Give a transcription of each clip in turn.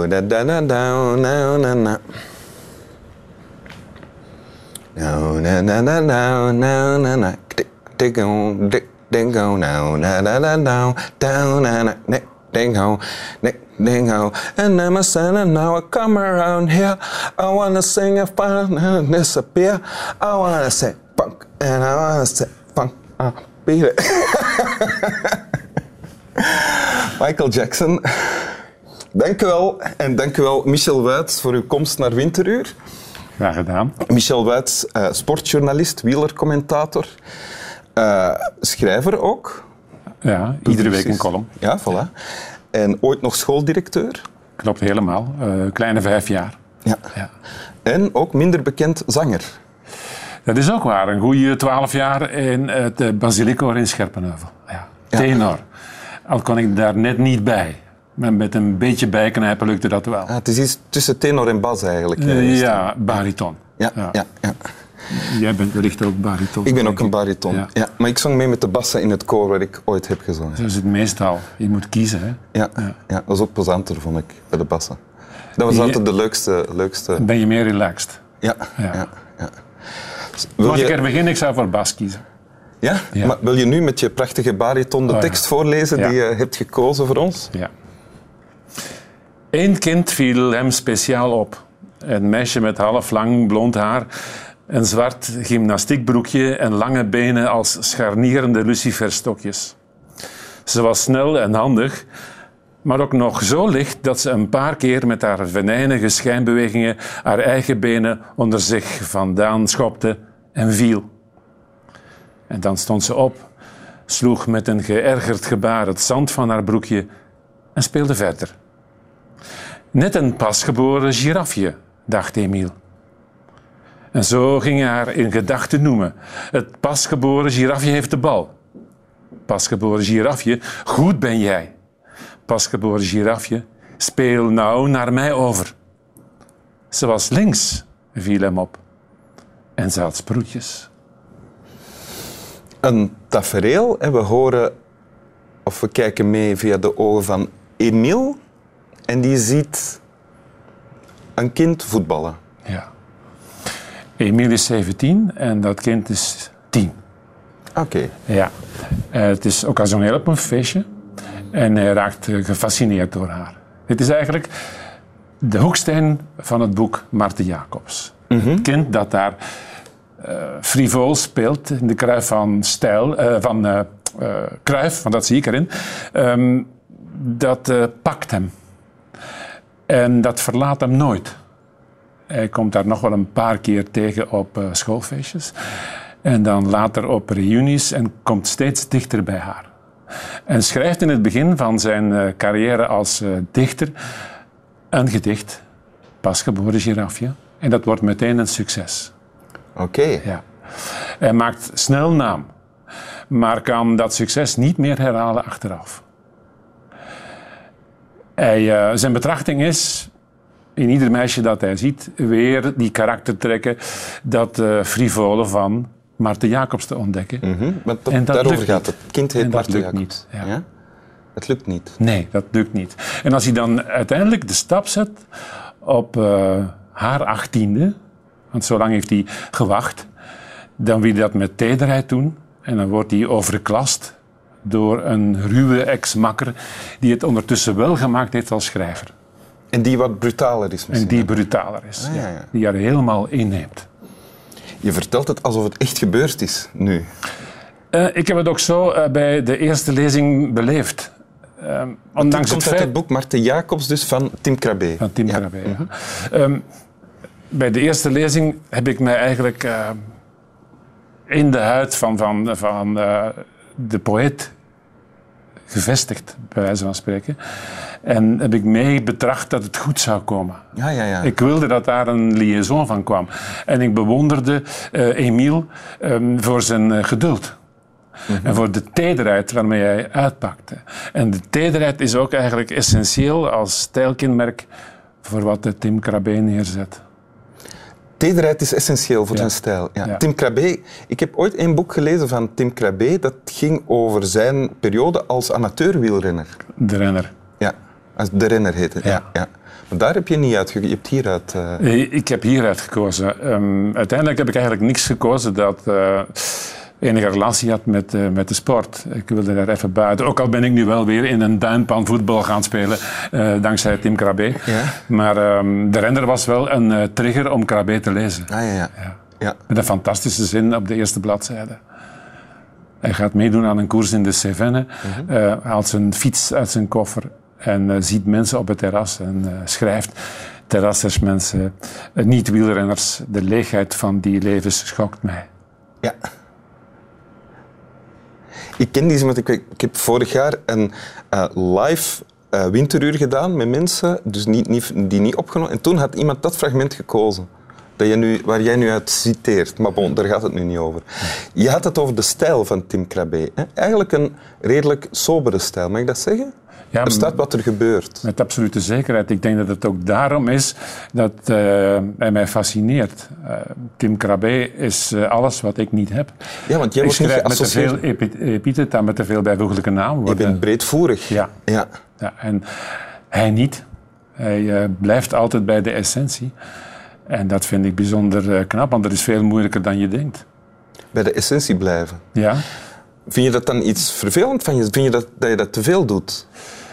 No, da da da da, no, na na. No, na na na na, no, na na. Dig go, dig go, no, na na na na, down na na, dig go, dig go. And I'm a son and now I come around here. I wanna sing a fun and disappear. I wanna say punk and I wanna say punk. Beat it. Michael Jackson. Dank u wel. En dank u wel, Michel Wuits, voor uw komst naar Winteruur. Graag gedaan. Michel Wuits, sportjournalist, wielercommentator, schrijver ook. Ja, iedere week een column. Ja, voilà. En ooit nog schooldirecteur. Klopt helemaal. Kleine 5 jaar. Ja. En ook minder bekend zanger. Dat is ook waar. Een goede 12 jaar in het Basilicoor in Scherpenheuvel. Ja. Tenor. Al kon ik daar net niet bij. Maar met een beetje bijknijpen lukte dat wel. Het is iets tussen tenor en bas eigenlijk. Ja, bariton. Ja. Jij bent wellicht ook bariton. Ik ben ook een bariton. Ja, maar ik zong mee met de bassen in het koor waar ik ooit heb gezongen. Zo is het meestal. Je moet kiezen. Hè? Ja, dat was ook plezanter, vond ik, bij de bassen. Dat was altijd de leukste... Ben je meer relaxed? Ja. Als ik er begin, ik zou voor bas kiezen. Ja? Maar wil je nu met je prachtige bariton de tekst voorlezen die je hebt gekozen voor ons? Ja. Eén kind viel hem speciaal op. Een meisje met half lang blond haar, een zwart gymnastiekbroekje en lange benen als scharnierende luciferstokjes. Ze was snel en handig, maar ook nog zo licht dat ze een paar keer met haar venijnige schijnbewegingen haar eigen benen onder zich vandaan schopte en viel. En dan stond ze op, sloeg met een geërgerd gebaar het zand van haar broekje en speelde verder. Net een pasgeboren girafje, dacht Emiel. En zo ging hij haar in gedachten noemen. Het pasgeboren girafje heeft de bal. Pasgeboren girafje, goed ben jij. Pasgeboren girafje, speel nou naar mij over. Ze was links, viel hem op. En ze had sproetjes. Een tafereel en we horen, of we kijken mee via de ogen van Emiel. En die ziet een kind voetballen. Ja. Emiel is 17 en dat kind is 10. Oké. Ja. Het is occasioneel op een feestje en hij raakt gefascineerd door haar. Het is eigenlijk de hoeksteen van het boek Marten Jacobs. Het kind dat daar frivol speelt in de Cruyff van Cruyff, want dat zie ik erin, dat pakt hem. En dat verlaat hem nooit. Hij komt daar nog wel een paar keer tegen op schoolfeestjes. En dan later op reunies en komt steeds dichter bij haar. En schrijft in het begin van zijn carrière als dichter een gedicht, Pasgeboren girafje. En dat wordt meteen een succes. Oké. Ja. Hij maakt snel naam, maar kan dat succes niet meer herhalen achteraf. Zijn betrachting is, in ieder meisje dat hij ziet, weer die karaktertrekken, dat frivole van Marten Jacobs te ontdekken. Want daarover gaat het. Het kind heet Marten Jacobs. Niet. Ja. Ja? Het lukt niet. Nee, dat lukt niet. En als hij dan uiteindelijk de stap zet op haar 18e, want zo lang heeft hij gewacht, dan wil hij dat met tederheid doen en dan wordt hij overklast door een ruwe ex-makker die het ondertussen wel gemaakt heeft als schrijver. En die wat brutaler is misschien. En die brutaler is, ja. Die haar helemaal inneemt. Je vertelt het alsof het echt gebeurd is, nu. Ik heb het ook zo bij de eerste lezing beleefd. Ondanks komt uit het boek Marten Jacobs, dus van Tim Krabbe. Van Tim Krabbe, ja. Bij de eerste lezing heb ik mij eigenlijk in de huid van de poëet gevestigd, bij wijze van spreken. En heb ik mee betracht dat het goed zou komen. Ja. Ik wilde dat daar een liaison van kwam. En ik bewonderde Emiel voor zijn geduld. En voor de tederheid waarmee hij uitpakte. En de tederheid is ook eigenlijk essentieel als stijlkenmerk voor wat de Tim Krabbe neerzet. Tederheid is essentieel voor zijn stijl. Ja. Tim Krabbe, ik heb ooit een boek gelezen van Tim Krabbe dat ging over zijn periode als amateurwielrenner. De renner. Ja, als de renner heette het. Ja. Maar daar heb je niet uitgekozen. Je hebt hieruit... Ik heb hieruit gekozen. Uiteindelijk heb ik eigenlijk niks gekozen dat enige relatie had met de sport. Ik wilde daar even buiten. Ook al ben ik nu wel weer in een duinpan voetbal gaan spelen, dankzij Tim Krabbe. Ja? Maar de renner was wel een trigger om Krabbe te lezen. Ja. Met een fantastische zin op de eerste bladzijde. Hij gaat meedoen aan een koers in de Cévennes, haalt zijn fiets uit zijn koffer en ziet mensen op het terras en schrijft: terrassers, mensen, niet-wielrenners, de leegheid van die levens schokt mij. Ja. Ik ken die, want ik heb vorig jaar een live winteruur gedaan met mensen, dus die niet opgenomen. En toen had iemand dat fragment gekozen. Waar jij nu uit citeert. Maar bon, daar gaat het nu niet over. Je had het over de stijl van Tim Krabbe. Hè? Eigenlijk een redelijk sobere stijl, mag ik dat zeggen? Ja, er staat wat er gebeurt. Met absolute zekerheid. Ik denk dat het ook daarom is dat hij mij fascineert. Tim Krabbe is alles wat ik niet heb. Ja, want jij ik wordt niet schrijf met te veel geassocieerd. epitheten, met te veel bijvoeglijke namen. Je bent breedvoerig. Ja. En hij niet. Hij blijft altijd bij de essentie. En dat vind ik bijzonder knap, want dat is veel moeilijker dan je denkt. Bij de essentie blijven. Ja. Vind je dat dan iets vervelend van je? Vind je dat je dat te veel doet?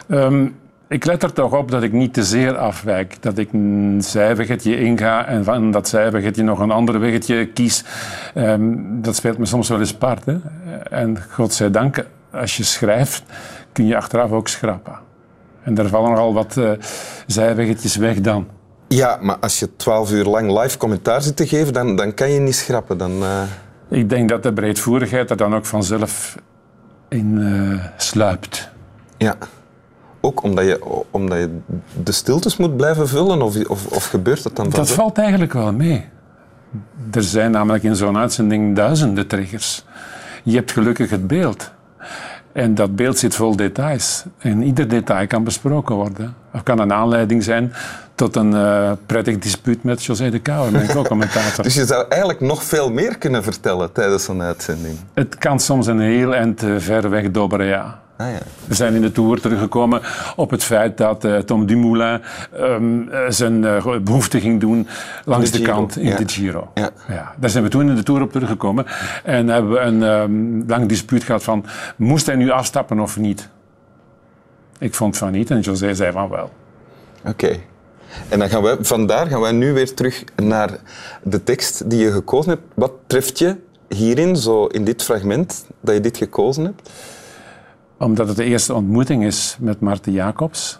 Ik let er toch op dat ik niet te zeer afwijk. Dat ik een zijweggetje inga en van dat zijweggetje nog een ander weggetje kies. Dat speelt me soms wel eens part. Hè? En godzijdank, als je schrijft, kun je achteraf ook schrappen. En daar vallen nogal wat zijweggetjes weg dan. Ja, maar als je 12 uur lang live commentaar zit te geven, dan kan je niet schrappen. Ik denk dat de breedvoerigheid er dan ook vanzelf in sluipt. Ja. Ook omdat je de stiltes moet blijven vullen? Of gebeurt dat dan vanzelf? Dat valt eigenlijk wel mee. Er zijn namelijk in zo'n uitzending duizenden triggers. Je hebt gelukkig het beeld. En dat beeld zit vol details. En ieder detail kan besproken worden. Of kan een aanleiding zijn tot een prettig dispuut met José de Kouwer, mijn co-commentator. Dus je zou eigenlijk nog veel meer kunnen vertellen tijdens zo'n uitzending? Het kan soms een heel eind ver weg dobberen, ja. Ah, ja. We zijn in de Tour teruggekomen op het feit dat Tom Dumoulin zijn behoefte ging doen langs de kant in de Giro. Ja. Ja, daar zijn we toen in de Tour op teruggekomen en hebben we een lang dispuut gehad van moest hij nu afstappen of niet? Ik vond van niet en José zei van wel. Oké. En dan vandaar gaan wij nu weer terug naar de tekst die je gekozen hebt. Wat treft je hierin, zo in dit fragment, dat je dit gekozen hebt? Omdat het de eerste ontmoeting is met Marten Jacobs.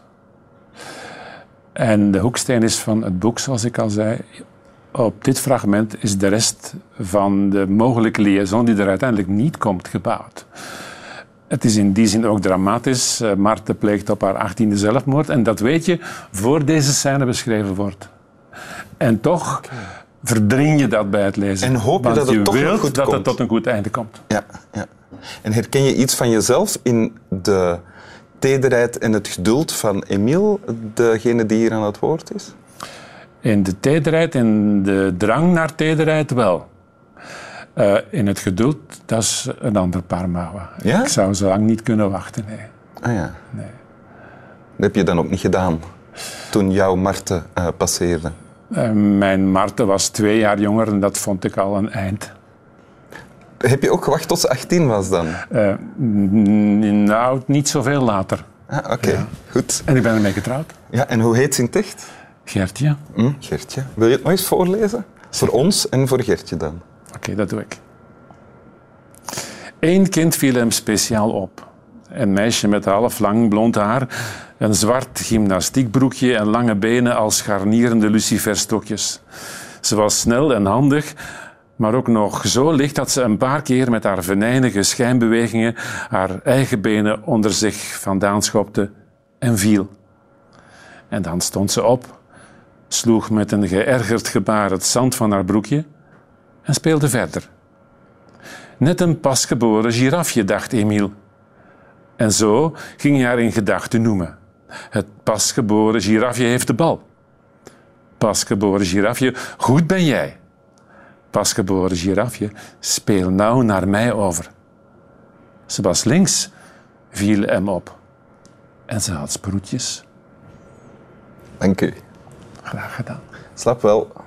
En de hoeksteen is van het boek, zoals ik al zei. Op dit fragment is de rest van de mogelijke liaison die er uiteindelijk niet komt gebouwd. Het is in die zin ook dramatisch. Marten pleegt op haar 18e zelfmoord. En dat weet je voor deze scène beschreven wordt. En toch verdring je dat bij het lezen. En hoop je dat het toch nog goed komt. Dat het tot een goed einde komt. Ja. En herken je iets van jezelf in de tederheid en het geduld van Emile, degene die hier aan het woord is? In de tederheid en de drang naar tederheid wel. In het geduld, dat is een ander paar mouwen. Ja? Ik zou zo lang niet kunnen wachten, nee. Ah ja. Nee. Dat heb je dan ook niet gedaan, toen jouw Marten passeerde? Mijn Marten was 2 jaar jonger en dat vond ik al een eind. Heb je ook gewacht tot ze 18 was dan? Nou, niet zoveel later. Ah, oké. Ja. Goed. En ik ben ermee getrouwd. Ja, en hoe heet ze in het echt? Gertje. Gertje. Wil je het nog eens voorlezen? Voor ons en voor Gertje dan. Oké, dat doe ik. Eén kind viel hem speciaal op. Een meisje met half lang blond haar, een zwart gymnastiekbroekje en lange benen als scharnierende luciferstokjes. Ze was snel en handig, maar ook nog zo licht dat ze een paar keer met haar venijnige schijnbewegingen haar eigen benen onder zich vandaan schopte en viel. En dan stond ze op, sloeg met een geërgerd gebaar het zand van haar broekje en speelde verder. Net een pasgeboren girafje, dacht Emile. En zo ging hij haar in gedachten noemen. Het pasgeboren girafje heeft de bal. Pasgeboren girafje, goed ben jij. Pasgeboren girafje, speel nou naar mij over. Ze was links, viel hem op. En ze had sproetjes. Dank u. Graag gedaan. Slaap wel.